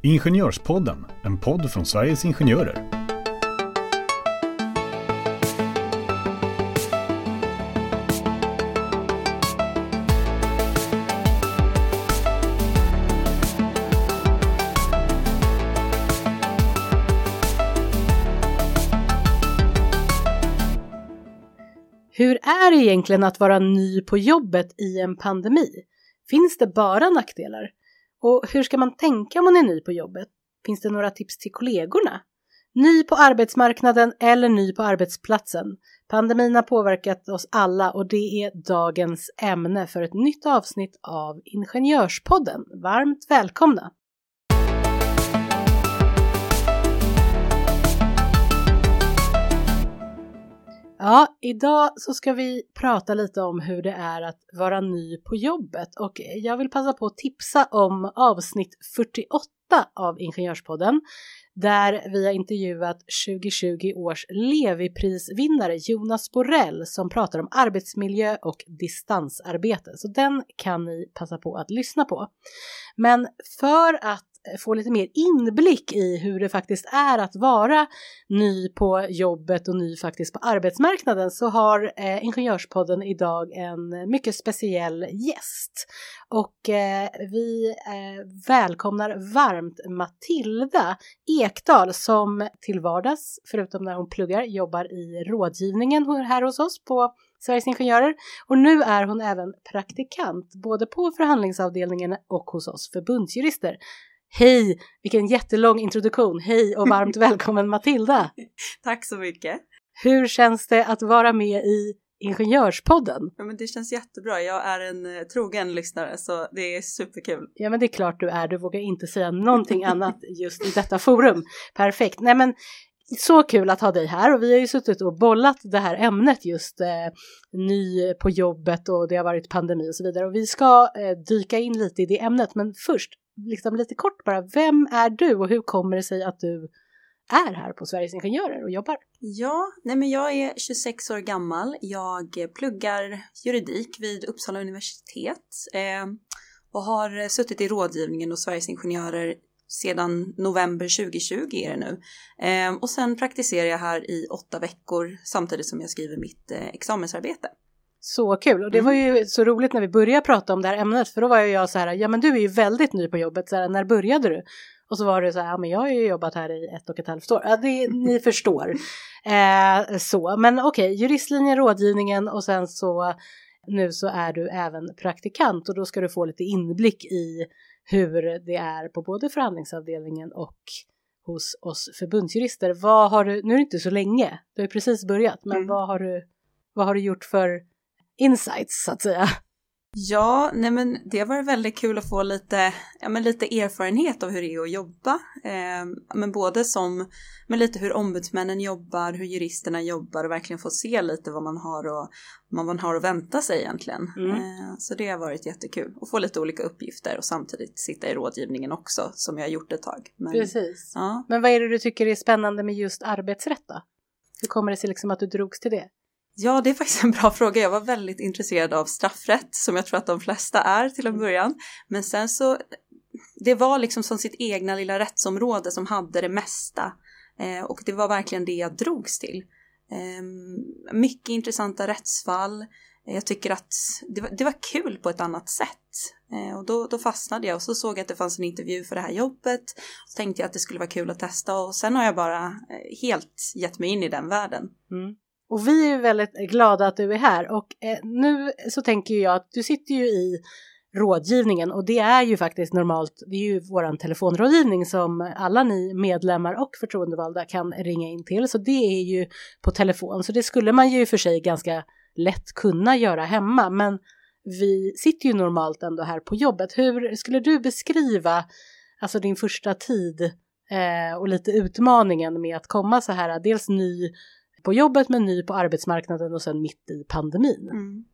Ingenjörspodden, en podd från Sveriges Ingenjörer. Hur är det egentligen att vara ny på jobbet i en pandemi? Finns det bara nackdelar? Och hur ska man tänka om man är ny på jobbet? Finns det några tips till kollegorna? Ny på arbetsmarknaden eller ny på arbetsplatsen? Pandemin har påverkat oss alla och det är dagens ämne för ett nytt avsnitt av Ingenjörspodden. Varmt välkomna! Ja, idag så ska vi prata lite om hur det är att vara ny på jobbet och jag vill passa på att tipsa om avsnitt 48 av Ingenjörspodden där vi har intervjuat 2020 års Levi-prisvinnare Jonas Borrell som pratar om arbetsmiljö och distansarbete. Så den kan ni passa på att lyssna på. Men för att få lite mer inblick i hur det faktiskt är att vara ny på jobbet och ny faktiskt på arbetsmarknaden så har Ingenjörspodden idag en mycket speciell gäst. Och vi välkomnar varmt Matilda Ekdahl som till vardags, förutom när hon pluggar, jobbar i rådgivningen här hos oss på Sveriges Ingenjörer. Och nu är hon även praktikant både på förhandlingsavdelningen och hos oss förbundsjurister. Hej, vilken jättelång introduktion. Hej och varmt välkommen Matilda. Tack så mycket. Hur känns det att vara med i Ingenjörspodden? Ja, men det känns jättebra. Jag är en trogen lyssnare så det är superkul. Ja, men det är klart du är. Du vågar inte säga någonting annat just i detta forum. Perfekt. Nej, men så kul att ha dig här och vi har ju suttit och bollat det här ämnet just ny på jobbet och det har varit pandemi och så vidare. Och vi ska dyka in lite i det ämnet, men först liksom lite kort bara, vem är du och hur kommer det sig att du är här på Sveriges Ingenjörer och jobbar? Ja, nej men jag är 26 år gammal. Jag pluggar juridik vid Uppsala universitet och har suttit i rådgivningen hos Sveriges Ingenjörer sedan november 2020 är det nu. Och sen praktiserar jag här i 8 veckor samtidigt som jag skriver mitt examensarbete. Så kul, och det var ju så roligt när vi började prata om det här ämnet, för då var jag så här, ja men du är ju väldigt ny på jobbet, så här, när började du? Och så var det så här, ja men jag har ju jobbat här i 1,5 år. Ja, ni förstår. Så, men okej, juristlinjen, rådgivningen och sen så nu så är du även praktikant och då ska du få lite inblick i hur det är på både förhandlingsavdelningen och hos oss förbundsjurister. Vad har du, nu är det inte så länge, du har ju precis börjat, men vad har du gjort för insights så att säga? Ja, nej men det var väldigt kul att få lite erfarenhet av hur det är att jobba. Men både med lite hur ombudsmännen jobbar, hur juristerna jobbar och verkligen få se lite vad man har att vänta sig egentligen. Så det har varit jättekul att få lite olika uppgifter och samtidigt sitta i rådgivningen också som jag har gjort ett tag. Precis. Ja. Men vad är det du tycker är spännande med just arbetsrätt då? Hur kommer det sig liksom att du drogs till det? Ja, det är faktiskt en bra fråga. Jag var väldigt intresserad av straffrätt som jag tror att de flesta är till en början. Men sen så, det var liksom som sitt egna lilla rättsområde som hade det mesta. Och det var verkligen det jag drogs till. Mycket intressanta rättsfall. Jag tycker att det var kul på ett annat sätt. Och då fastnade jag och så såg jag att det fanns en intervju för det här jobbet. Så tänkte jag att det skulle vara kul att testa och sen har jag bara helt gett mig in i den världen. Och vi är väldigt glada att du är här och nu så tänker jag att du sitter ju i rådgivningen och det är ju faktiskt normalt, det är ju våran telefonrådgivning som alla ni medlemmar och förtroendevalda kan ringa in till, så det är ju på telefon, så det skulle man ju för sig ganska lätt kunna göra hemma, men vi sitter ju normalt ändå här på jobbet. Hur skulle du beskriva alltså din första tid och lite utmaningen med att komma så här, dels ny på jobbet men ny på arbetsmarknaden och sen mitt i pandemin?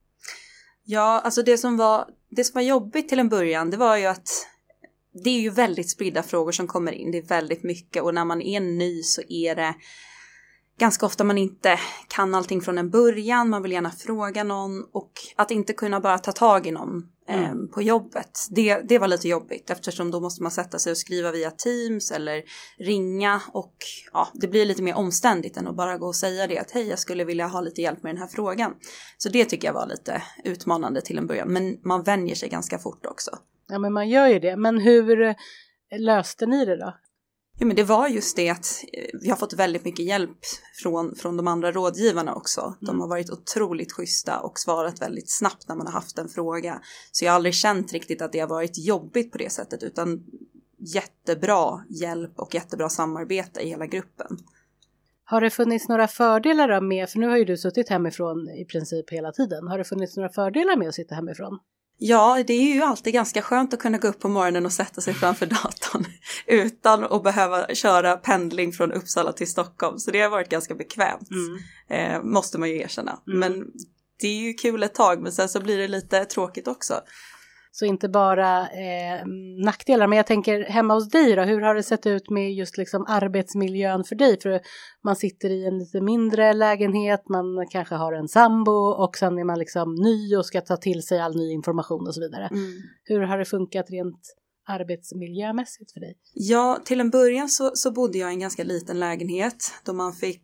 Ja, alltså det som var jobbigt till en början, det var ju att det är ju väldigt spridda frågor som kommer in. Det är väldigt mycket och när man är ny så är det ganska ofta man inte kan allting från en början. Man vill gärna fråga någon och att inte kunna bara ta tag i någon på jobbet. Det var lite jobbigt eftersom då måste man sätta sig och skriva via Teams eller ringa och det blir lite mer omständigt än att bara gå och säga det att hej, jag skulle vilja ha lite hjälp med den här frågan. Så det tycker jag var lite utmanande till en början, men man vänjer sig ganska fort också. Ja, men man gör ju det. Men hur löste ni det då? Ja, men det var just det att vi har fått väldigt mycket hjälp från de andra rådgivarna också. De har varit otroligt schyssta och svarat väldigt snabbt när man har haft en fråga. Så jag har aldrig känt riktigt att det har varit jobbigt på det sättet, utan jättebra hjälp och jättebra samarbete i hela gruppen. Har det funnits några fördelar då med, för nu har ju du suttit hemifrån i princip hela tiden. Har det funnits några fördelar med att sitta hemifrån? Ja, det är ju alltid ganska skönt att kunna gå upp på morgonen och sätta sig framför datorn utan att behöva köra pendling från Uppsala till Stockholm. Så det har varit ganska bekvämt, måste man ju erkänna. Men det är ju kul ett tag, men sen så blir det lite tråkigt också. Så inte bara nackdelar, men jag tänker hemma hos dig då, hur har det sett ut med just liksom arbetsmiljön för dig? För man sitter i en lite mindre lägenhet, man kanske har en sambo och sen är man liksom ny och ska ta till sig all ny information och så vidare. Hur har det funkat rent arbetsmiljömässigt för dig? Ja, till en början så bodde jag i en ganska liten lägenhet då man fick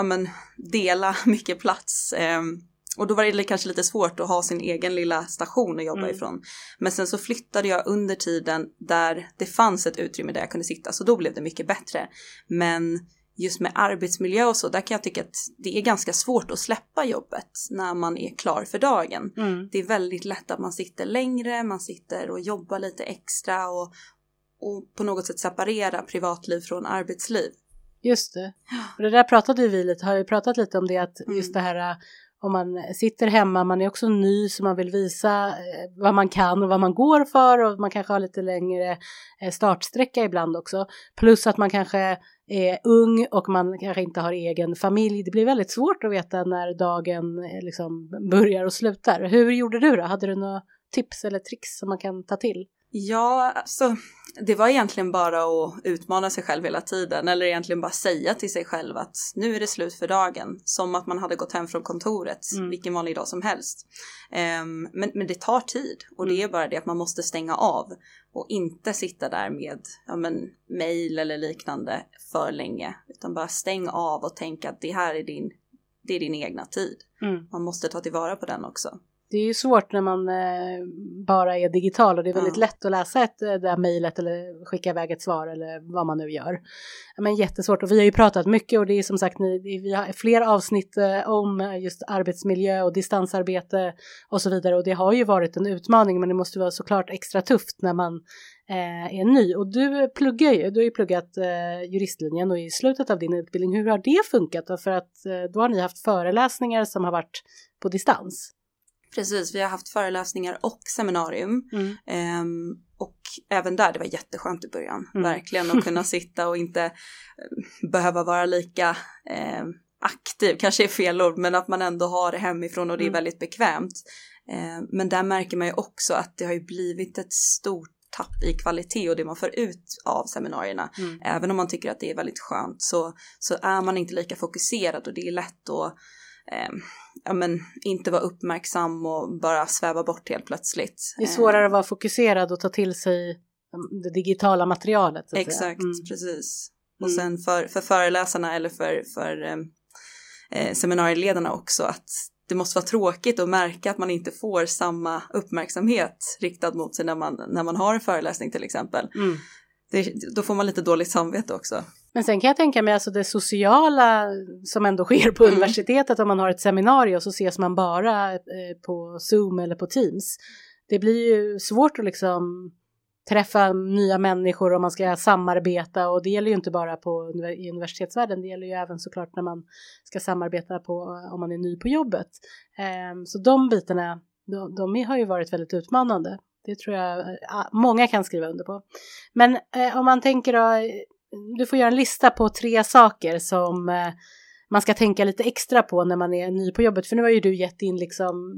dela mycket plats. Och då var det kanske lite svårt att ha sin egen lilla station att jobba ifrån. Men sen så flyttade jag under tiden där det fanns ett utrymme där jag kunde sitta. Så då blev det mycket bättre. Men just med arbetsmiljö och så, där kan jag tycka att det är ganska svårt att släppa jobbet när man är klar för dagen. Det är väldigt lätt att man sitter längre, man sitter och jobbar lite extra och på något sätt separera privatliv från arbetsliv. Just det. Och det där pratade vi lite, har vi pratat lite om det, att just det här... Om man sitter hemma, man är också ny så man vill visa vad man kan och vad man går för, och man kanske har lite längre startsträcka ibland också. Plus att man kanske är ung och man kanske inte har egen familj. Det blir väldigt svårt att veta när dagen liksom börjar och slutar. Hur gjorde du då? Hade du några tips eller tricks som man kan ta till? Ja, alltså det var egentligen bara att utmana sig själv hela tiden, eller egentligen bara säga till sig själv att nu är det slut för dagen, som att man hade gått hem från kontoret vilken vanlig dag som helst. Men det tar tid, och det är bara det att man måste stänga av och inte sitta där med mejl eller liknande för länge, utan bara stäng av och tänka att det här är din egna tid. Man måste ta tillvara på den också. Det är ju svårt när man bara är digital, och det är väldigt lätt att läsa det där mejlet eller skicka iväg ett svar eller vad man nu gör. Men jättesvårt, och vi har ju pratat mycket, och det är som sagt vi har fler avsnitt om just arbetsmiljö och distansarbete och så vidare, och det har ju varit en utmaning, men det måste vara såklart extra tufft när man är ny. Och du har ju pluggat juristlinjen, och i slutet av din utbildning, hur har det funkat då? För att då har ni haft föreläsningar som har varit på distans. Precis, vi har haft föreläsningar och seminarium. Och även där, det var jätteskönt i början. Verkligen att kunna sitta och inte behöva vara lika aktiv. Kanske är fel ord, men att man ändå har det hemifrån och det är väldigt bekvämt. Men där märker man ju också att det har ju blivit ett stort tapp i kvalitet och det man får ut av seminarierna. Även om man tycker att det är väldigt skönt så är man inte lika fokuserad, och det är lätt att inte vara uppmärksam och bara sväva bort helt plötsligt. Det är svårare att vara fokuserad och ta till sig det digitala materialet. Exakt, precis. Och sen för föreläsarna eller för seminarieledarna också, att det måste vara tråkigt att märka att man inte får samma uppmärksamhet riktad mot sig när man har en föreläsning till exempel. Då får man lite dåligt samvete också. Men sen kan jag tänka mig alltså det sociala som ändå sker på universitetet, om man har ett seminarium så ses man bara på Zoom eller på Teams. Det blir ju svårt att liksom träffa nya människor om man ska samarbeta, och det gäller ju inte bara i universitetsvärlden, det gäller ju även såklart när man ska samarbeta om man är ny på jobbet. Så de bitarna, de har ju varit väldigt utmanande. Det tror jag många kan skriva under på. Men om man tänker då, du får göra en lista på 3 saker som man ska tänka lite extra på när man är ny på jobbet. För nu har ju du gett in liksom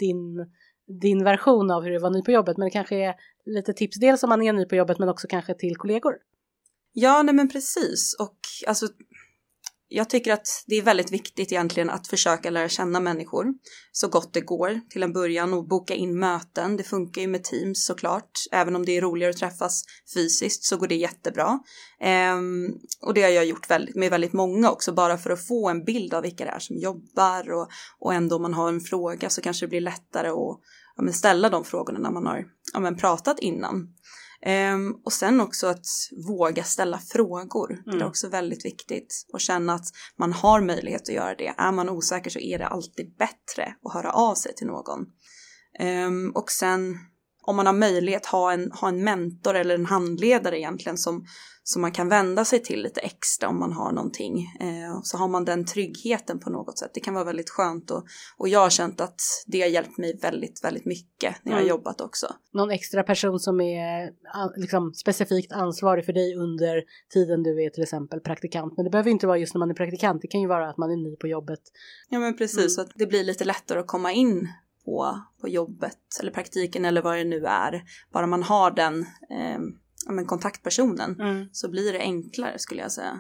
din version av hur det var ny på jobbet. Men det kanske är lite tips, dels om man är ny på jobbet men också kanske till kollegor. Ja, nej men precis. Och alltså, jag tycker att det är väldigt viktigt egentligen att försöka lära känna människor så gott det går till en början och boka in möten. Det funkar ju med Teams såklart. Även om det är roligare att träffas fysiskt så går det jättebra. Och det har jag gjort med väldigt många också, bara för att få en bild av vilka det är som jobbar. Och ändå om man har en fråga så kanske det blir lättare att ställa de frågorna när man har pratat innan. Och sen också att våga ställa frågor. Det är också väldigt viktigt. Och känna att man har möjlighet att göra det. Är man osäker så är det alltid bättre att höra av sig till någon. Och sen om man har möjlighet ha en mentor eller en handledare egentligen som man kan vända sig till lite extra om man har någonting. Så har man den tryggheten på något sätt. Det kan vara väldigt skönt och jag har känt att det har hjälpt mig väldigt, väldigt mycket när jag har jobbat också. Någon extra person som är liksom specifikt ansvarig för dig under tiden du är till exempel praktikant. Men det behöver inte vara just när man är praktikant. Det kan ju vara att man är ny på jobbet. Ja, men precis. Så att det blir lite lättare att komma in på jobbet eller praktiken eller vad det nu är. Bara man har den kontaktpersonen så blir det enklare skulle jag säga.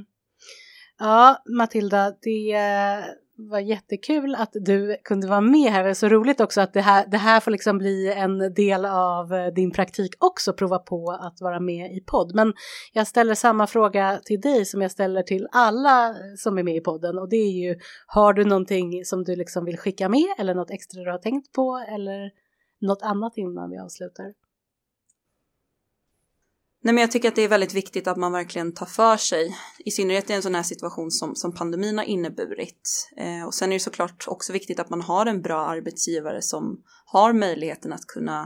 Ja, Matilda, det var jättekul att du kunde vara med här. Det är så roligt också att det här får liksom bli en del av din praktik också, prova på att vara med i podd. Men jag ställer samma fråga till dig som jag ställer till alla som är med i podden, och det är ju, har du någonting som du liksom vill skicka med eller något extra du har tänkt på eller något annat innan vi avslutar? Nej, men jag tycker att det är väldigt viktigt att man verkligen tar för sig, i synnerhet i en sån här situation som pandemin har inneburit. Och sen är det såklart också viktigt att man har en bra arbetsgivare som har möjligheten att kunna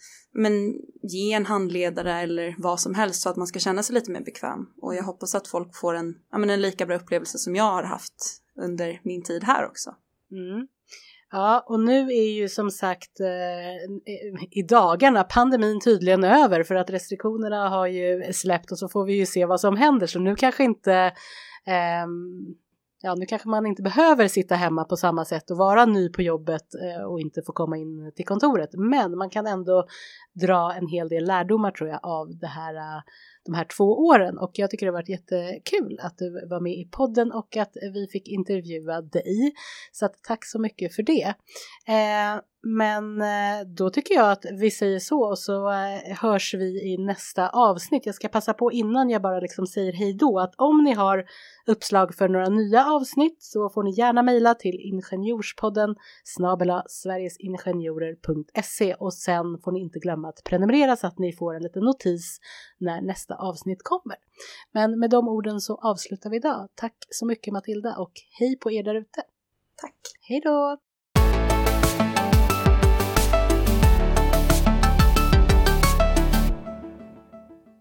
ge en handledare eller vad som helst så att man ska känna sig lite mer bekväm. Och jag hoppas att folk får en lika bra upplevelse som jag har haft under min tid här också. Ja, och nu är ju som sagt i dagarna pandemin tydligen över, för att restriktionerna har ju släppt och så får vi ju se vad som händer. Så nu kanske inte, nu kanske man inte behöver sitta hemma på samma sätt och vara ny på jobbet och inte få komma in till kontoret. Men man kan ändå dra en hel del lärdomar tror jag av de här 2 åren, och jag tycker det har varit jättekul att du var med i podden och att vi fick intervjua dig. Så att tack så mycket för det. Men då tycker jag att vi säger så, och så hörs vi i nästa avsnitt. Jag ska passa på innan jag bara liksom säger hej då, att om ni har uppslag för några nya avsnitt så får ni gärna mejla till ingenjorspodden@sverigesingenjorer.se, och sen får ni inte glömma att prenumerera så att ni får en liten notis när nästa avsnitt kommer. Men med de orden så avslutar vi idag. Tack så mycket Matilda och hej på er där ute. Tack. Hej då!